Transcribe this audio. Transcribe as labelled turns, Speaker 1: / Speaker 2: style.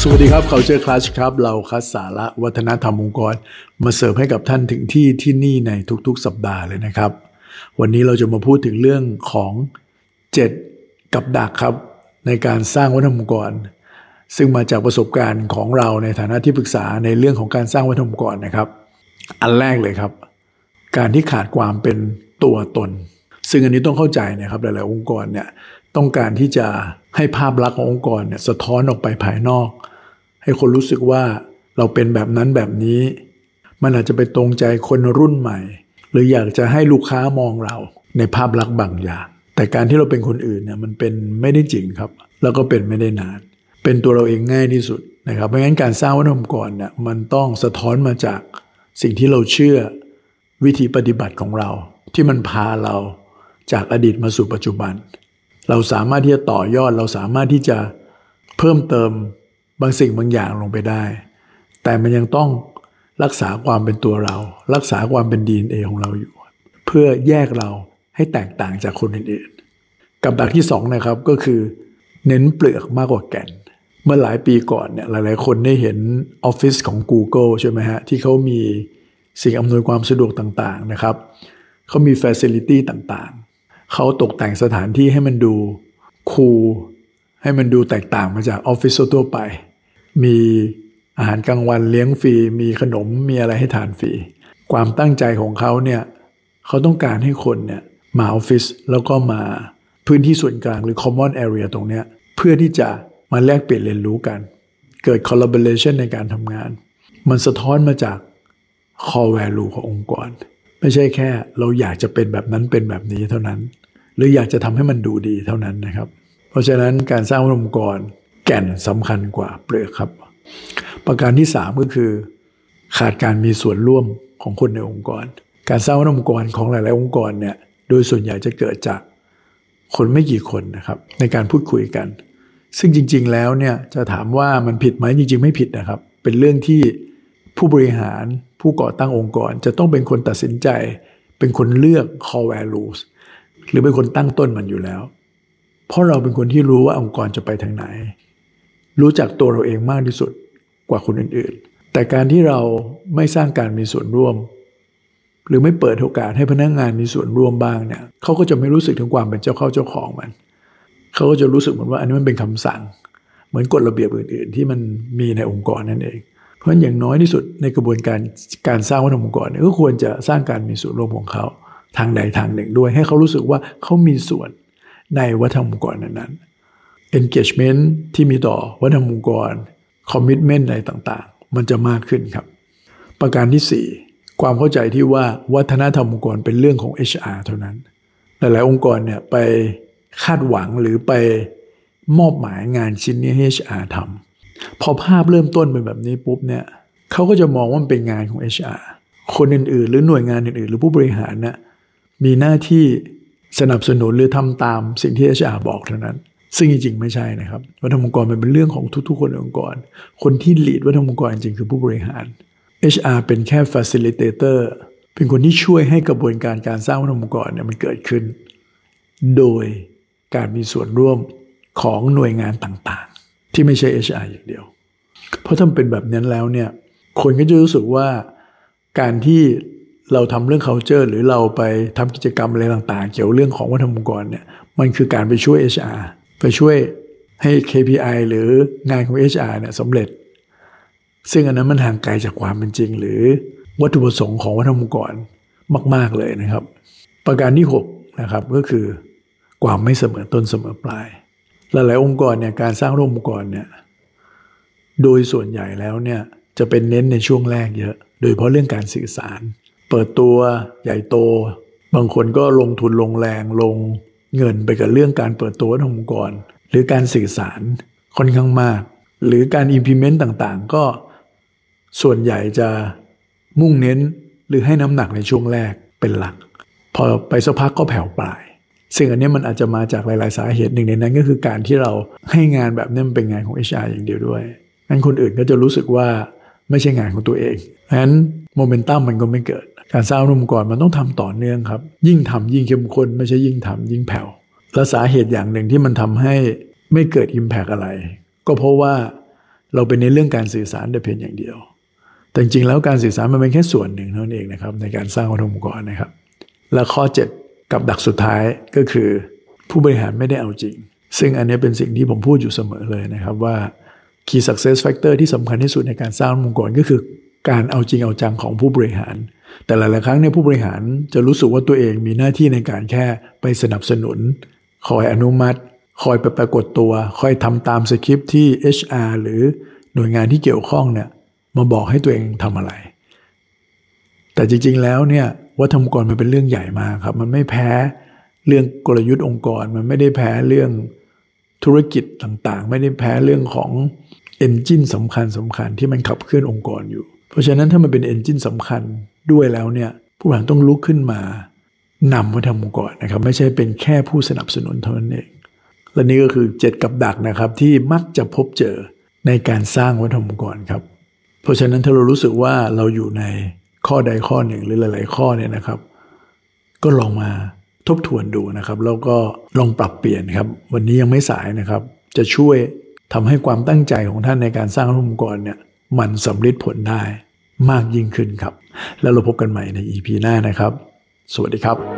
Speaker 1: วัสดีครับ Culture Clash ครับเราคัดสาระวัฒนธรรมองค์กรมาเสิร์ฟให้กับท่านถึงที่นี่ในทุกๆสัปดาห์เลยนะครับวันนี้เราจะมาพูดถึงเรื่องของ7กับดักครับในการสร้างวัฒนธรรมองค์กรซึ่งมาจากประสบการณ์ของเราในฐานะที่ปรึกษาในเรื่องของการสร้างวัฒนธรรมองค์กรนะครับอันแรกเลยครับการที่ขาดความเป็นตัวตนซึ่งอันนี้ต้องเข้าใจนะครับหลายๆองค์กรเนี่ยต้องการที่จะให้ภาพลักษณ์ขององค์กรเนี่ยสะท้อนออกไปภายนอกให้คนรู้สึกว่าเราเป็นแบบนั้นแบบนี้มันอาจจะไปตรงใจคนรุ่นใหม่หรืออยากจะให้ลูกค้ามองเราในภาพลักษณ์บางอย่างแต่การที่เราเป็นคนอื่นเนี่ยมันเป็นไม่ได้จริงครับแล้วก็เป็นไม่ได้นานเป็นตัวเราเองง่ายที่สุดนะครับเพราะงั้นการสร้างวัฒนธรรมองค์กรเนี่ยมันต้องสะท้อนมาจากสิ่งที่เราเชื่อวิธีปฏิบัติของเราที่มันพาเราจากอดีตมาสู่ปัจจุบันเราสามารถที่จะต่อยอดเราสามารถที่จะเพิ่มเติมบางสิ่งบางอย่างลงไปได้แต่มันยังต้องรักษาความเป็นตัวเรารักษาความเป็น DNA ของเราอยู่เพื่อแยกเราให้แตกต่างจากคนอื่นๆกับดักที่2นะครับก็คือเน้นเปลือกมากกว่าแก่นเมื่อหลายปีก่อนเนี่ยหลายๆคนได้เห็นออฟฟิศของ Google ใช่ไหมฮะที่เขามีสิ่งอำนวยความสะดวกต่างๆนะครับเขามี facility ต่างๆเขาตกแต่งสถานที่ให้มันดูคูลให้มันดูแตกต่างมาจากออฟฟิศทั่วไปมีอาหารกลางวันเลี้ยงฟรีมีขนมมีอะไรให้ทานฟรีความตั้งใจของเขาเนี่ยเขาต้องการให้คนเนี่ยมาออฟฟิศแล้วก็มาพื้นที่ส่วนกลางหรือ common area ตรงเนี้ยเพื่อที่จะมาแลกเปลี่ยนเรียนรู้กันเกิด collaboration ในการทำงานมันสะท้อนมาจาก core value ขององค์กรไม่ใช่แค่เราอยากจะเป็นแบบนั้นเป็นแบบนี้เท่านั้นหรืออยากจะทำให้มันดูดีเท่านั้นนะครับเพราะฉะนั้นการสร้างองค์กรแก่นสำคัญกว่าเปลือกครับประการที่3ก็คือขาดการมีส่วนร่วมของคนในองค์กรการสร้างองค์กรของหลายๆองค์กรเนี่ยโดยส่วนใหญ่จะเกิดจากคนไม่กี่คนนะครับในการพูดคุยกันซึ่งจริงๆแล้วเนี่ยจะถามว่ามันผิดไหมจริงๆไม่ผิดนะครับเป็นเรื่องที่ผู้บริหารผู้ก่อตั้งองค์กรจะต้องเป็นคนตัดสินใจเป็นคนเลือก core values หรือเป็นคนตั้งต้นมันอยู่แล้วเพราะเราเป็นคนที่รู้ว่าองค์กรจะไปทางไหนรู้จักตัวเราเองมากที่สุดกว่าคนอื่นๆแต่การที่เราไม่สร้างการมีส่วนร่วมหรือไม่เปิดโอกาสให้พนักงานมีส่วนร่วมบ้างเนี่ยเขาก็จะไม่รู้สึกถึงความเป็นเจ้าเข้าเจ้าของมันเขาก็จะรู้สึกเหมือนว่าอันนี้มันเป็นคำสั่งเหมือนกฎระเบียบอื่นๆที่มันมีในองค์กรนั่นเองเพราะฉะนั้นอย่างน้อยที่สุดในกระบวนการสร้างวัฒนธรรมองค์กรเนี่ยก็ควรจะสร้างการมีส่วนร่วมของเขาทางใดทางหนึ่งด้วยให้เขารู้สึกว่าเขามีส่วนในวัฒนธรรมองค์กรนั้นๆ engagement ที่มีต่อวัฒนธรรมองค์กร commitment อะไรต่างๆมันจะมากขึ้นครับประการที่4ความเข้าใจที่ว่าวัฒนธรรมองค์กรเป็นเรื่องของ HR เท่านั้นหลายๆองค์กรเนี่ยไปคาดหวังหรือไปมอบหมายงานชิ้นนี้ให้ HR ทำพอภาพเริ่มต้นเป็นแบบนี้ปุ๊บเนี่ยเขาก็จะมองว่ามันเป็นงานของ HR คนอื่นๆหรือหน่วยงานอื่นๆหรือผู้บริหารเนี่ยมีหน้าที่สนับสนุนหรือทำตามสิ่งที่ HR บอกเท่านั้นซึ่งจริงๆไม่ใช่นะครับวัฒนธรรมองค์กรมันเป็นเรื่องของทุกๆคนในองค์กรคนที่ lead วัฒนธรรมองค์กรจริงๆคือผู้บริหาร HR เป็นแค่ facilitator เป็นคนที่ช่วยให้กระบวนการสร้างวัฒนธรรมองค์กรเนี่ยมันเกิดขึ้นโดยการมีส่วนร่วมของหน่วยงานต่างๆที่ไม่ใช่ HR อย่างเดียวเพราะถ้าเป็นแบบนั้นแล้วเนี่ยคนก็จะรู้สึกว่าการที่เราทำเรื่อง culture หรือเราไปทำกิจกรรมอะไรต่างๆเกี่ยวเรื่องของวัฒนธรรมองค์กรเนี่ยมันคือการไปช่วย HR ไปช่วยให้ KPI หรืองานของ HR เนี่ยสำเร็จซึ่งอันนั้นมันห่างไกลจากความเป็นจริงหรือวัตถุประสงค์ของวัฒนธรรมองค์กรมากๆเลยนะครับประการที่6นะครับก็คือความไม่เสมอต้นเสมอปลายหลายๆองค์กรเนี่ยการสร้างองค์กรเนี่ยโดยส่วนใหญ่แล้วเนี่ยจะเป็นเน้นในช่วงแรกเยอะโดยเฉพาะเรื่องการสื่อสารเปิดตัวใหญ่โตบางคนก็ลงทุนลงแรงลงเงินไปกับเรื่องการเปิดตัวองค์กรหรือการสื่อสารค่อนข้างมากหรือการ implement ต่างๆก็ส่วนใหญ่จะมุ่งเน้นหรือให้น้ำหนักในช่วงแรกเป็นหลักพอไปสักพักก็แผ่วปลายซึ่งอันนี้มันอาจจะมาจากหลายๆสาเหตุหนึ่งในนั้นก็คือการที่เราให้งานแบบนี้มันเป็นงานของ HR อย่างเดียวด้วยงั้นคนอื่นก็จะรู้สึกว่าไม่ใช่งานของตัวเองเพราะฉะนั้นโมเมนตัมมันก็ไม่เกิดการสร้างองค์กรมันต้องทำต่อเนื่องครับยิ่งทำยิ่งเข้มข้นไม่ใช่ยิ่งทำยิ่งแผ่วและสาเหตุอย่างหนึ่งที่มันทำให้ไม่เกิด impact อะไรก็เพราะว่าเราเป็นในเรื่องการสื่อสารแต่เพียงอย่างเดียวแต่จริงๆแล้วการสื่อสารมันเป็นแค่ส่วนหนึ่งเท่านั้นเองนะครับในการสร้างวัฒนธรรมองค์กรนะครับและข้อ7กับดักสุดท้ายก็คือผู้บริหารไม่ได้เอาจริงซึ่งอันนี้เป็นสิ่งที่ผมพูดอยู่เสมอเลยนะครับว่า Key Success Factor ที่สำคัญที่สุดในการสร้างองค์กรก็คือการเอาจริงเอาจังของผู้บริหารแต่หลายๆครั้งเนี่ยผู้บริหารจะรู้สึกว่าตัวเองมีหน้าที่ในการแค่ไปสนับสนุนคอยอนุมัติคอยไปปรากฏตัวคอยทำตามสคริปต์ที่ HR หรือหน่วยงานที่เกี่ยวข้องเนี่ยมาบอกให้ตัวเองทำอะไรแต่จริงๆแล้วเนี่ยวัฒนธรรมองค์กรมันเป็นเรื่องใหญ่มากครับมันไม่แพ้เรื่องกลยุทธ์องค์กรมันไม่ได้แพ้เรื่องธุรกิจต่างๆไม่ได้แพ้เรื่องของเอนจินสำคัญที่มันขับเคลื่อนองค์กรอยู่เพราะฉะนั้นถ้ามันเป็นเอนจินสำคัญด้วยแล้วเนี่ยผู้บริหารต้องลุกขึ้นมานำวัฒนธรรมองค์กรนะครับไม่ใช่เป็นแค่ผู้สนับสนุนเท่านั้นเองและนี่ก็คือ7กับดักนะครับที่มักจะพบเจอในการสร้างวัฒนธรรมองค์กรครับเพราะฉะนั้นถ้าเรารู้สึกว่าเราอยู่ในข้อใดข้อหนึ่งหรือหลายๆข้อเนี่ยนะครับก็ลองมาทบทวนดูนะครับแล้วก็ลองปรับเปลี่ยนครับวันนี้ยังไม่สายนะครับจะช่วยทำให้ความตั้งใจของท่านในการสร้างองค์กรเนี่ยมันสำเร็จผลได้มากยิ่งขึ้นครับแล้วเราพบกันใหม่ใน EP หน้านะครับสวัสดีครับ